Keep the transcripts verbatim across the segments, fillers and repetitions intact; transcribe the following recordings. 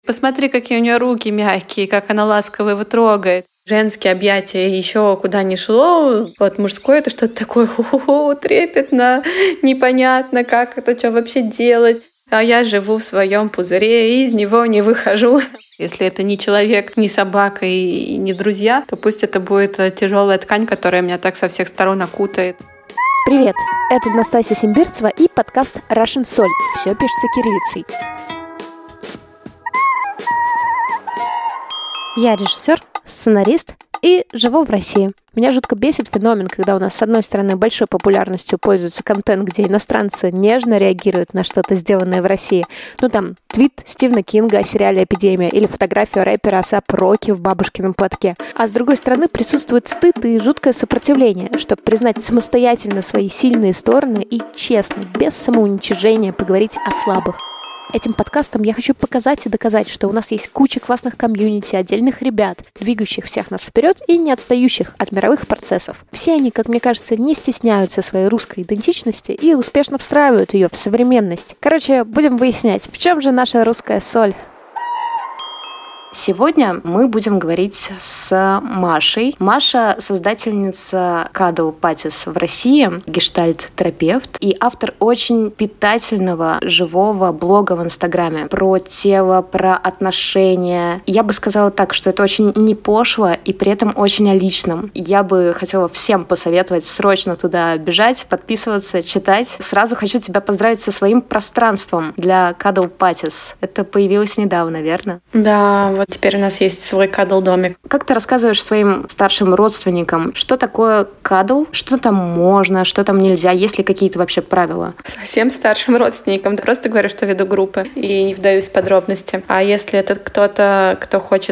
Посмотри, какие у нее руки мягкие, как она ласково его трогает. Женские объятия еще куда ни шло. Вот мужское — это что-то такое ху-ху-ху, трепетно, непонятно, как это, что вообще делать. А я живу в своем пузыре и из него не выхожу. Если это не человек, не собака и не друзья, то пусть это будет тяжелая ткань, которая меня так со всех сторон окутает. Привет! Это Настасья Симбирцева и подкаст Russian Soul. Все пишется кириллицей. Я режиссер, сценарист и живу в России. Меня жутко бесит феномен, когда у нас с одной стороны большой популярностью пользуется контент, где иностранцы нежно реагируют на что-то, сделанное в России. Ну там, твит Стивена Кинга о сериале «Эпидемия» или фотографию рэпера А$эй пи Роки в бабушкином платке. А с другой стороны присутствует стыд и жуткое сопротивление, чтобы признать самостоятельно свои сильные стороны и честно, без самоуничижения поговорить о слабых. Этим подкастом я хочу показать и доказать, что у нас есть куча классных комьюнити, отдельных ребят, двигающих всех нас вперед и не отстающих от мировых процессов. Все они, как мне кажется, не стесняются своей русской идентичности и успешно встраивают ее в современность. Короче, будем выяснять, в чем же наша русская соль. Сегодня мы будем говорить с Машей. Маша — создательница Cuddle Patties в России, гештальт-терапевт и автор очень питательного, живого блога в Инстаграме про тело, про отношения. Я бы сказала так, что это очень не пошло и при этом очень о личном. Я бы хотела всем посоветовать срочно туда бежать, подписываться, читать. Сразу хочу тебя поздравить со своим пространством для Cuddle Patties. Это появилось недавно, верно? Да, вот теперь у нас есть свой кадл-домик. Как ты рассказываешь своим старшим родственникам, что такое кадл, что там можно, что там нельзя, есть ли какие-то вообще правила? Совсем старшим родственникам. Просто говорю, что веду группы и не вдаюсь в подробности. А если это кто-то, кто хочет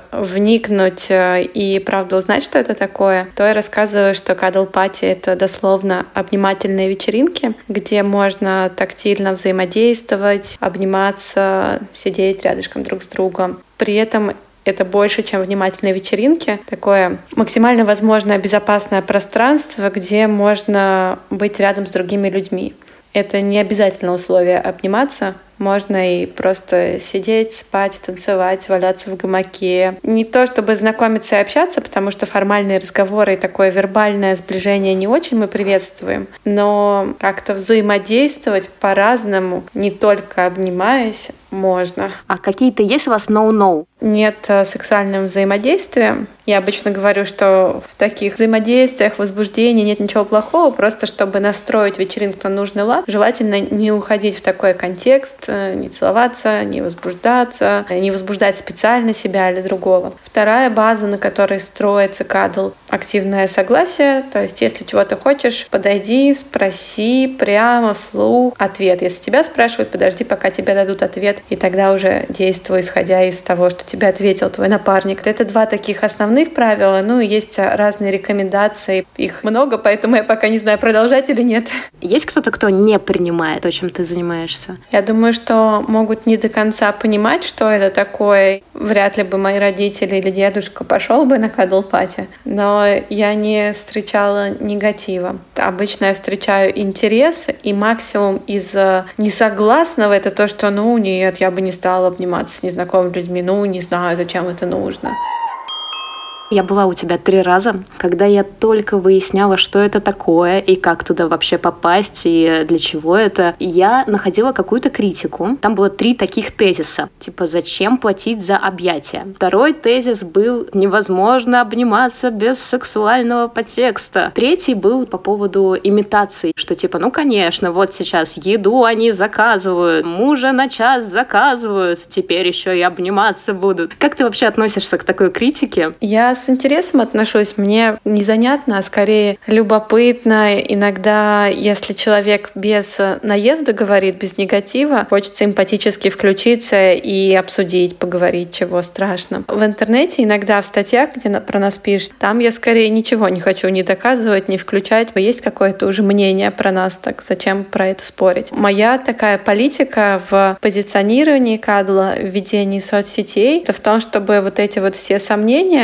вникнуть и правда узнать, что это такое, то я рассказываю, что кадл-пати — это дословно обнимательные вечеринки, где можно тактильно взаимодействовать, обниматься, сидеть рядышком друг с другом. При этом это больше, чем внимательные вечеринки. Такое максимально возможное безопасное пространство, где можно быть рядом с другими людьми. Это не обязательно условие обниматься. Можно и просто сидеть, спать, танцевать, валяться в гамаке. Не то чтобы знакомиться и общаться, потому что формальные разговоры и такое вербальное сближение не очень мы приветствуем, но как-то взаимодействовать по-разному, не только обнимаясь, можно. А какие-то есть у вас no-no? Нет сексуальным взаимодействием. Я обычно говорю, что в таких взаимодействиях, возбуждении нет ничего плохого, просто чтобы настроить вечеринку на нужный лад, желательно не уходить в такой контекст, не целоваться, не возбуждаться, не возбуждать специально себя или другого. Вторая база, на которой строится кадл — активное согласие. То есть, если чего-то хочешь, подойди, спроси прямо вслух ответ. Если тебя спрашивают, подожди, пока тебе дадут ответ, и тогда уже действуй, исходя из того, что тебе ответил твой напарник. Это два таких основных правила. Ну и есть разные рекомендации. Их много, поэтому я пока не знаю, продолжать или нет. Есть кто-то, кто не принимает то, чем ты занимаешься? Я думаю, что могут не до конца понимать, что это такое. Вряд ли бы мои родители или дедушка пошел бы на кадл-пати, но я не встречала негатива. Обычно я встречаю интерес, и максимум из несогласного — это то, что ну нет, я бы не стала обниматься с незнакомыми людьми, ну не знаю, зачем это нужно. Я была у тебя три раза, когда я только выясняла, что это такое и как туда вообще попасть и для чего это. Я находила какую-то критику. Там было три таких тезиса. Типа, зачем платить за объятия? Второй тезис был: невозможно обниматься без сексуального подтекста. Третий был по поводу имитаций, что типа, ну конечно, вот сейчас еду они заказывают, мужа на час заказывают, теперь еще и обниматься будут. Как ты вообще относишься к такой критике? Я с интересом отношусь. Мне не занятно, а скорее любопытно. Иногда, если человек без наезда говорит, без негатива, хочется эмпатически включиться и обсудить, поговорить, чего страшно. В интернете иногда в статьях, где про нас пишут, там я скорее ничего не хочу ни доказывать, ни включать. Есть какое-то уже мнение про нас, так зачем про это спорить? Моя такая политика в позиционировании кадла, в ведении соцсетей, это в том, чтобы вот эти вот все сомнения впитывать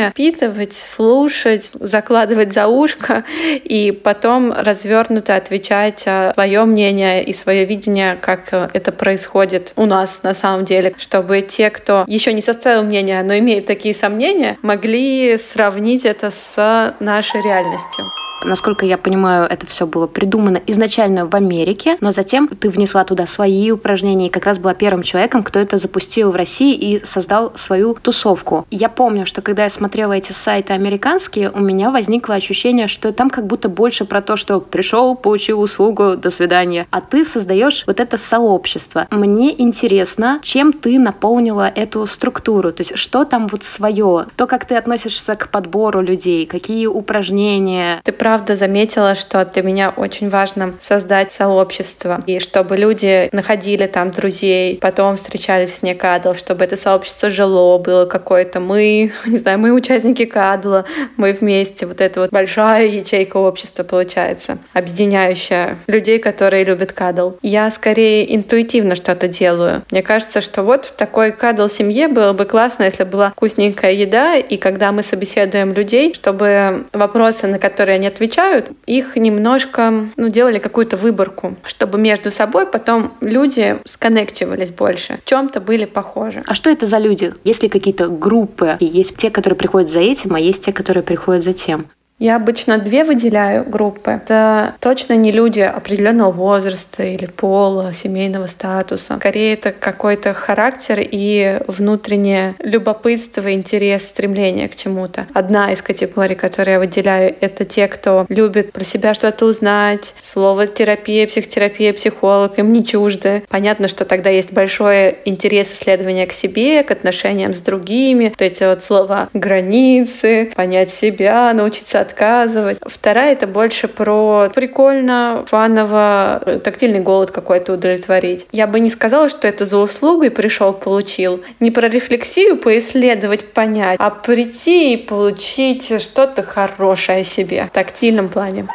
записывать, слушать, закладывать за ушко и потом развернуто отвечать свое мнение и свое видение, как это происходит у нас на самом деле, чтобы те, кто еще не составил мнение, но имеет такие сомнения, могли сравнить это с нашей реальностью. Насколько я понимаю, это все было придумано изначально в Америке, но затем ты внесла туда свои упражнения и как раз была первым человеком, кто это запустил в России и создал свою тусовку. Я помню, что когда я смотрела эти сайты американские, у меня возникло ощущение, что там как будто больше про то, что пришел, получил услугу, до свидания, а ты создаешь вот это сообщество. Мне интересно, чем ты наполнила эту структуру, то есть что там вот свое, то, как ты относишься к подбору людей, какие упражнения. Ты правда заметила, что для меня очень важно создать сообщество, и чтобы люди находили там друзей, потом встречались с кадл, чтобы это сообщество жило, было какое-то мы, не знаю, мы участники кадла, мы вместе, вот это вот большая ячейка общества получается, объединяющая людей, которые любят кадл. Я скорее интуитивно что-то делаю. Мне кажется, что вот в такой кадл-семье было бы классно, если была вкусненькая еда, и когда мы собеседуем людей, чтобы вопросы, на которые они отвечают, их немножко, ну, делали какую-то выборку, чтобы между собой потом люди сконнекчивались больше, в чем-то были похожи. А что это за люди? Есть ли какие-то группы? Есть те, которые приходят за этим, а есть те, которые приходят за тем? Я обычно две выделяю группы. Это точно не люди определенного возраста или пола, семейного статуса. Скорее, это какой-то характер и внутреннее любопытство, интерес, стремление к чему-то. Одна из категорий, которые я выделяю, это те, кто любит про себя что-то узнать. Слово терапия, психотерапия, психолог им не чужды. Понятно, что тогда есть большой интерес исследования к себе, к отношениям с другими. Вот эти вот слова границы, понять себя, научиться отказывать. Вторая — это больше про прикольно, фаново, тактильный голод какой-то удовлетворить. Я бы не сказала, что это за услугой пришел, получил. Не про рефлексию поисследовать, понять, а прийти и получить что-то хорошее о себе в тактильном плане.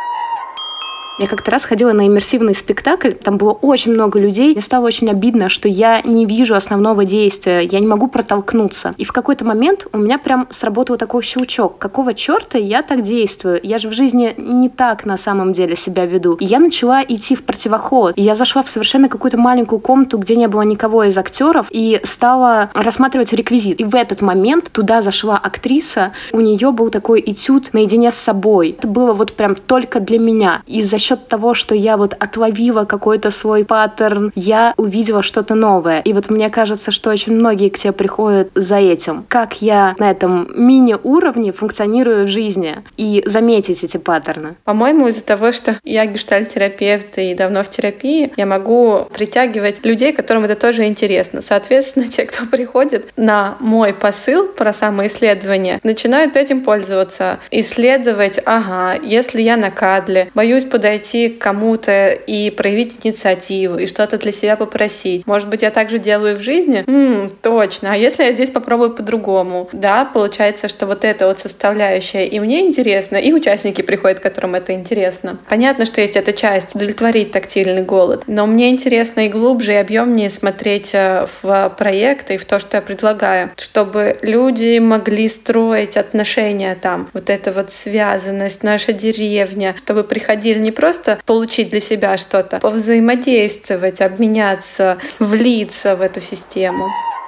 Я как-то раз ходила на иммерсивный спектакль, там было очень много людей. Мне стало очень обидно, что я не вижу основного действия, я не могу протолкнуться. И в какой-то момент у меня прям сработал такой щелчок. Какого черта я так действую? Я же в жизни не так на самом деле себя веду. И я начала идти в противоход. И я зашла в совершенно какую-то маленькую комнату, где не было никого из актеров, и стала рассматривать реквизит. И в этот момент туда зашла актриса, у нее был такой этюд наедине с собой. Это было вот прям только для меня. И за счет того, что я вот отловила какой-то свой паттерн, я увидела что-то новое. И вот мне кажется, что очень многие к тебе приходят за этим. Как я на этом мини-уровне функционирую в жизни и заметить эти паттерны. По-моему, из-за того, что я гештальт-терапевт и давно в терапии, я могу притягивать людей, которым это тоже интересно. Соответственно, те, кто приходит на мой посыл про самоисследование, начинают этим пользоваться, исследовать, ага, если я на кадле, боюсь подойти к кому-то и проявить инициативу, и что-то для себя попросить. Может быть, я так же делаю в жизни? М-м, точно. А если я здесь попробую по-другому? Да, получается, что вот эта вот составляющая и мне интересно, и участники приходят, которым это интересно. Понятно, что есть эта часть удовлетворить тактильный голод, но мне интересно и глубже, и объемнее смотреть в проекты и в то, что я предлагаю, чтобы люди могли строить отношения там, вот эта вот связанность, наша деревня, чтобы приходили не просто получить для себя что-то, повзаимодействовать, обменяться, влиться в эту систему.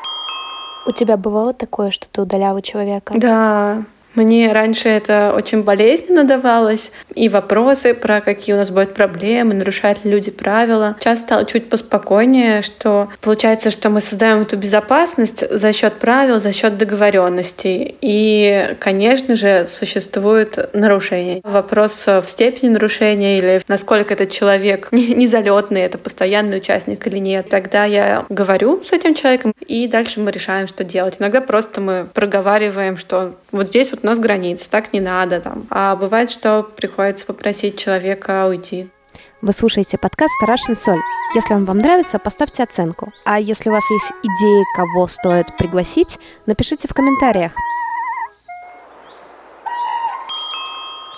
У тебя бывало такое, что ты удаляла человека? Да. Мне раньше это очень болезненно давалось. И вопросы про какие у нас будут проблемы, нарушают ли люди правила. Сейчас стало чуть поспокойнее, что получается, что мы создаем эту безопасность за счет правил, за счет договоренностей. И, конечно же, существуют нарушения. Вопрос в степени нарушения или насколько этот человек не залетный, это постоянный участник или нет. Тогда я говорю с этим человеком, и дальше мы решаем, что делать. Иногда просто мы проговариваем, что вот здесь вот у нас границы, так не надо там. А бывает, что приходится попросить человека уйти. Вы слушаете подкаст «Russian Soul». Если он вам нравится, поставьте оценку. А если у вас есть идеи, кого стоит пригласить, напишите в комментариях.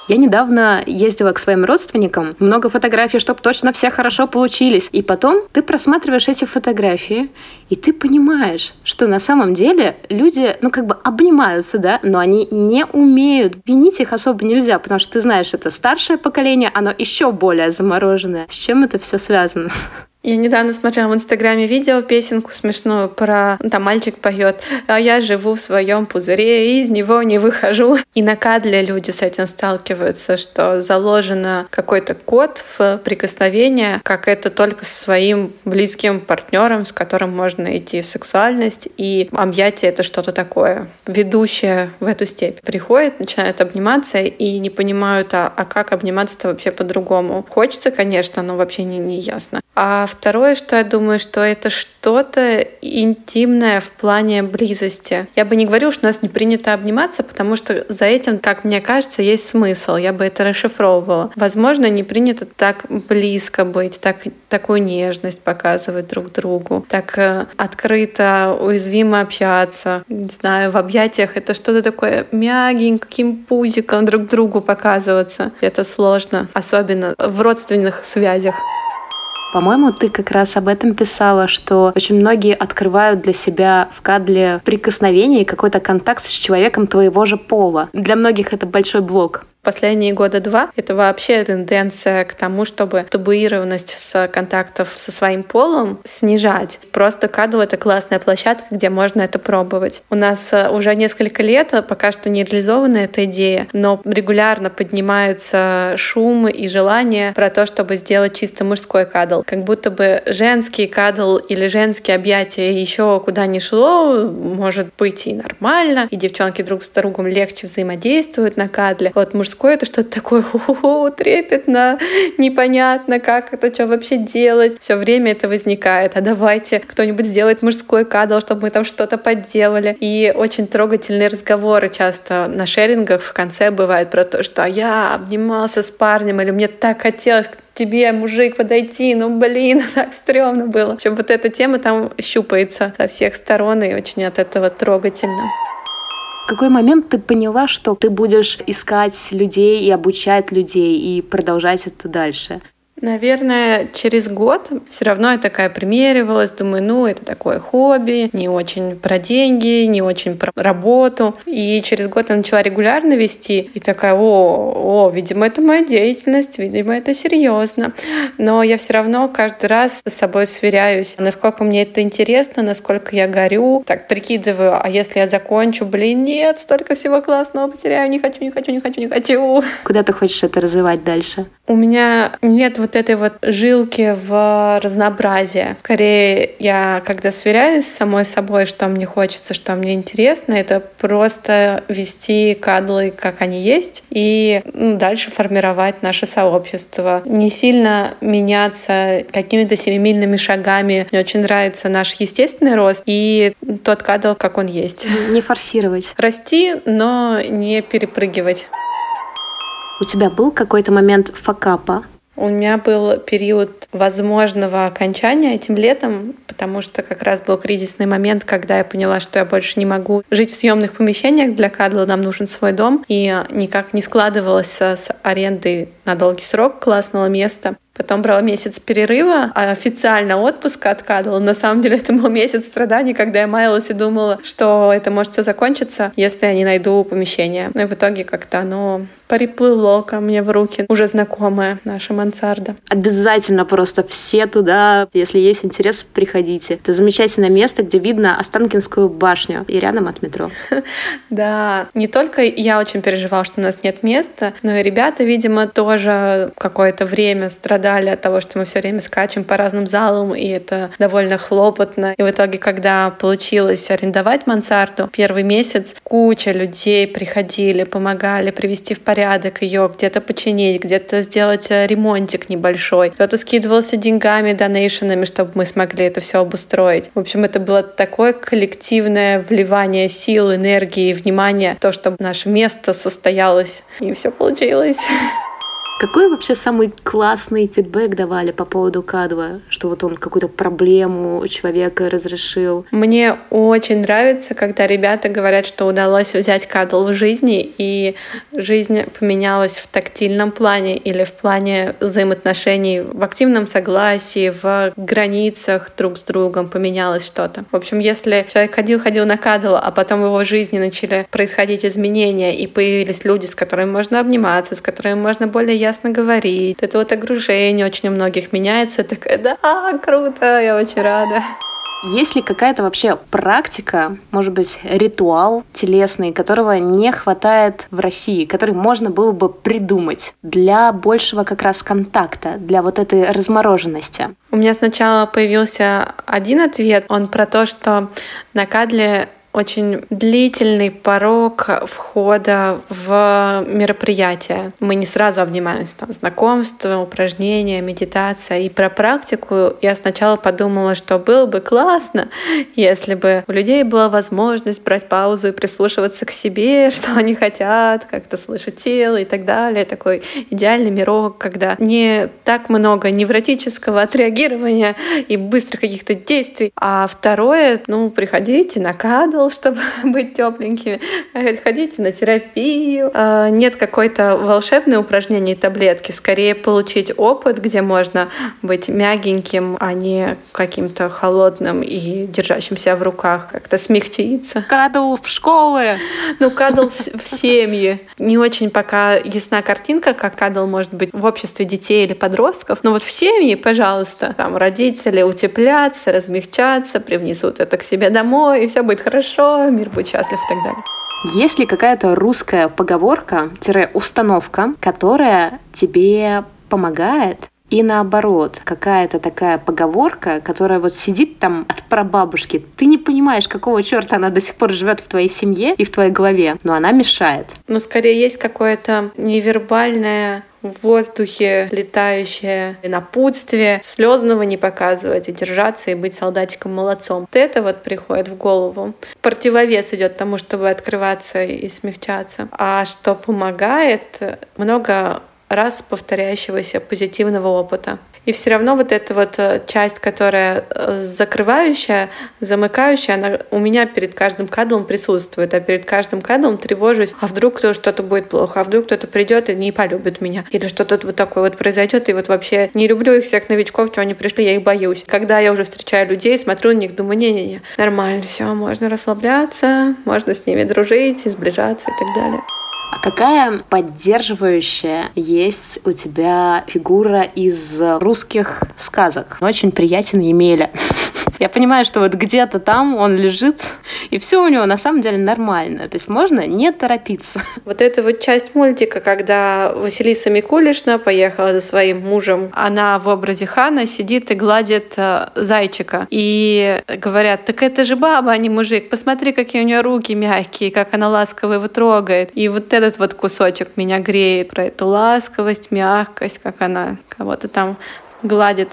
Я недавно ездила к своим родственникам, много фотографий, чтобы точно все хорошо получились. И потом ты просматриваешь эти фотографии, и ты понимаешь, что на самом деле люди, ну, как бы обнимаются, да, но они не умеют. Винить их особо нельзя, потому что ты знаешь, это старшее поколение, оно еще более замороженное. С чем это все связано? Я недавно смотрела в Инстаграме видео, песенку смешную про... Там мальчик поет: «А я живу в своем пузыре и из него не выхожу». И на кадле люди с этим сталкиваются, что заложено какой-то код в прикосновение, как это только со своим близким партнером, с которым можно идти в сексуальность. И объятие — это что-то такое. Ведущее в эту степь приходит, начинают обниматься и не понимают, а, а как обниматься-то вообще по-другому. Хочется, конечно, но вообще не, не ясно. А второе, что я думаю, что это что-то интимное в плане близости. Я бы не говорила, что у нас не принято обниматься, потому что за этим, как мне кажется, есть смысл. Я бы это расшифровывала. Возможно, не принято так близко быть, так, такую нежность показывать друг другу, так э, открыто, уязвимо общаться. Не знаю, в объятиях это что-то такое мягеньким пузиком друг другу показываться. Это сложно, особенно в родственных связях. По-моему, ты как раз об этом писала, что очень многие открывают для себя в кадле прикосновение и какой-то контакт с человеком твоего же пола. Для многих это большой блок. Последние года два это вообще тенденция к тому, чтобы табуированность с контактов со своим полом снижать. Просто кадл — это классная площадка, где можно это пробовать. У нас уже несколько лет пока что не реализована эта идея, но регулярно поднимается шум и желание про то, чтобы сделать чисто мужской кадл. Как будто бы женский кадл или женские объятия еще куда ни шло, может быть и нормально, и девчонки друг с другом легче взаимодействуют на кадле. Вот мужской — это что-то такое ху-ху-ху, трепетно, непонятно, как это, что вообще делать. Все время это возникает. А давайте кто-нибудь сделает мужской кадл, чтобы мы там что-то подделали. И очень трогательные разговоры часто на шерингах в конце бывают про то, что я обнимался с парнем, или мне так хотелось к тебе, мужик, подойти, ну блин, так стрёмно было. В общем, вот эта тема там щупается со всех сторон, и очень от этого трогательно. В какой момент ты поняла, что ты будешь искать людей и обучать людей и продолжать это дальше? Наверное, через год все равно я такая примеривалась, думаю, ну, это такое хобби, не очень про деньги, не очень про работу. И через год я начала регулярно вести, и такая, о, о, видимо, это моя деятельность, видимо, это серьезно. Но я все равно каждый раз с собой сверяюсь, насколько мне это интересно, насколько я горю. Так прикидываю, а если я закончу, блин, нет, столько всего классного потеряю, не хочу, не хочу, не хочу, не хочу. Куда ты хочешь это развивать дальше? У меня нет вот этой вот жилки в разнообразие. Скорее, я когда сверяюсь с самой собой, что мне хочется, что мне интересно, это просто вести кадлы, как они есть, и ну, дальше формировать наше сообщество. Не сильно меняться какими-то семимильными шагами. Мне очень нравится наш естественный рост и тот кадл, как он есть. Не форсировать. Расти, но не перепрыгивать. У тебя был какой-то момент факапа? У меня был период возможного окончания этим летом, потому что как раз был кризисный момент, когда я поняла, что я больше не могу жить в съемных помещениях для кадла, нам нужен свой дом, и никак не складывалось с арендой на долгий срок классного места. Потом брала месяц перерыва, а официально отпуска откадывала. На самом деле это был месяц страданий, когда я маялась и думала, что это может все закончиться, если я не найду помещение. Ну и в итоге как-то оно приплыло ко мне в руки, уже знакомая наша мансарда. Обязательно просто все туда, если есть интерес, приходите. Это замечательное место, где видно Останкинскую башню и рядом от метро. Да, не только я очень переживала, что у нас нет места, но и ребята, видимо, тоже какое-то время страдали от того, что мы все время скачем по разным залам, и это довольно хлопотно. И в итоге, когда получилось арендовать мансарду, первый месяц куча людей приходили, помогали привести в порядок ее, где-то починить, где-то сделать ремонтик небольшой. Кто-то скидывался деньгами, донейшенами, чтобы мы смогли это все обустроить. В общем, это было такое коллективное вливание сил, энергии, внимания, то, чтобы наше место состоялось. И все получилось. Какой вообще самый классный фидбэк давали по поводу кадла? Что вот он какую-то проблему у человека разрешил? Мне очень нравится, когда ребята говорят, что удалось взять кадл в жизни, и жизнь поменялась в тактильном плане или в плане взаимоотношений в активном согласии, в границах друг с другом поменялось что-то. В общем, если человек ходил-ходил на кадл, а потом в его жизни начали происходить изменения, и появились люди, с которыми можно обниматься, с которыми можно более ясно говорить. Это вот окружение очень у многих меняется. Такая, да, круто, я очень рада. Есть ли какая-то вообще практика, может быть, ритуал телесный, которого не хватает в России, который можно было бы придумать для большего как раз контакта, для вот этой размороженности? У меня сначала появился один ответ. Он про то, что на кадле очень длительный порог входа в мероприятие. Мы не сразу обнимаемся. Там знакомство, упражнения, медитация. И про практику я сначала подумала, что было бы классно, если бы у людей была возможность брать паузу и прислушиваться к себе, что они хотят, как-то слышать тело и так далее. Такой идеальный мирок, когда не так много невротического отреагирования и быстрых каких-то действий. А второе, ну, приходите на кадл, чтобы быть тепленькими, ходите на терапию. Нет какой-то волшебной упражнения, таблетки, скорее получить опыт, где можно быть мягеньким, а не каким-то холодным и держащим себя в руках, как-то смягчиться. Кадл в школы! Ну, кадл в, в семье. Не очень пока ясна картинка, как кадл может быть в обществе детей или подростков, но вот в семье, пожалуйста, там родители утеплятся, размягчатся, привнесут это к себе домой, и все будет хорошо, мир будет счастлив и так далее. Есть ли какая-то русская поговорка-установка, которая тебе помогает? И наоборот, какая-то такая поговорка, которая вот сидит там от прабабушки, ты не понимаешь, какого черта она до сих пор живет в твоей семье и в твоей голове, но она мешает. Ну, скорее, есть какое-то невербальное в воздухе летающее напутствие, слезного не показывать и держаться, и быть солдатиком молодцом. Вот это вот приходит в голову. Противовес идет тому, чтобы открываться и смягчаться. А что помогает? Много раз повторяющегося позитивного опыта. И все равно вот эта вот часть, которая закрывающая, замыкающая, она у меня перед каждым кадлом присутствует, а перед каждым кадлом тревожусь, а вдруг что-то будет плохо, а вдруг кто-то придет и не полюбит меня, или что-то вот такое вот произойдет, и вот вообще не люблю их всех новичков, что они пришли, я их боюсь. Когда я уже встречаю людей, смотрю на них, думаю, не-не-не, нормально, все, можно расслабляться, можно с ними дружить, сближаться и так далее. А какая поддерживающая есть у тебя фигура из русских сказок? Очень приятен Емеля. Я понимаю, что вот где-то там он лежит, и все у него на самом деле нормально. То есть можно не торопиться. Вот эта вот часть мультика, когда Василиса Микулишна поехала за своим мужем, она в образе Хана сидит и гладит э, зайчика. И говорят, так это же баба, а не мужик. Посмотри, какие у нее руки мягкие, как она ласково его трогает. И вот этот вот кусочек меня греет про эту ласковость, мягкость, как она кого-то там гладит.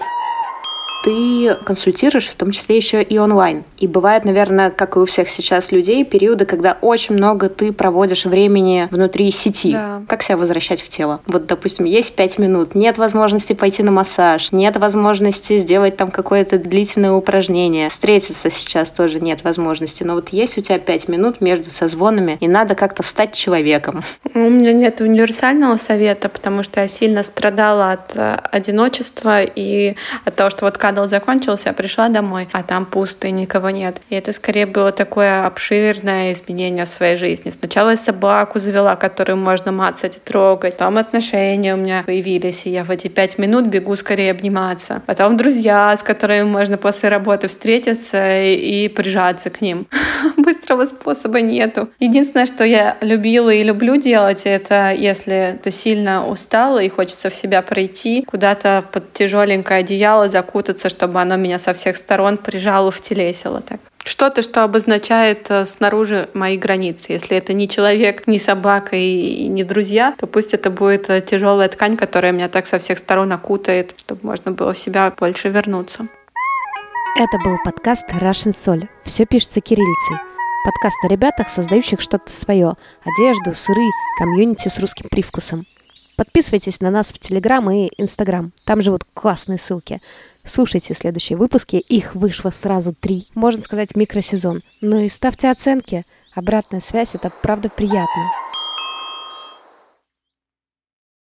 Ты консультируешь в том числе еще и онлайн. И бывает, наверное, как и у всех сейчас людей, периоды, когда очень много ты проводишь времени внутри сети. Да. Как себя возвращать в тело? Вот, допустим, есть пять минут, нет возможности пойти на массаж, нет возможности сделать там какое-то длительное упражнение, встретиться сейчас тоже нет возможности, но вот есть у тебя пять минут между созвонами, и надо как-то стать человеком. У меня нет универсального совета, потому что я сильно страдала от одиночества и от того, что вот кадл закончился, я пришла домой, а там пусто и никого нет. И это скорее было такое обширное изменение в своей жизни. Сначала я собаку завела, которую можно мацать и трогать. Потом отношения у меня появились, и я в эти пять минут бегу скорее обниматься. Потом друзья, с которыми можно после работы встретиться и, и прижаться к ним. Быстрого способа нету. Единственное, что я любила и люблю делать, это если ты сильно устала и хочется в себя пройти, куда-то под тяжеленькое одеяло закутаться, чтобы оно меня со всех сторон прижало, втелесило так. Что-то, что обозначает снаружи мои границы. Если это не человек, не собака и не друзья, то пусть это будет тяжелая ткань, которая меня так со всех сторон окутает, чтобы можно было в себя больше вернуться. Это был подкаст Russian Soul. Все пишется кириллицей. Подкаст о ребятах, создающих что-то свое. Одежду, сыры, комьюнити с русским привкусом. Подписывайтесь на нас в Телеграм и Инстаграм. Там живут классные ссылки. Слушайте следующие выпуски. Их вышло сразу три. Можно сказать, микросезон. Ну и ставьте оценки. Обратная связь — это правда приятно.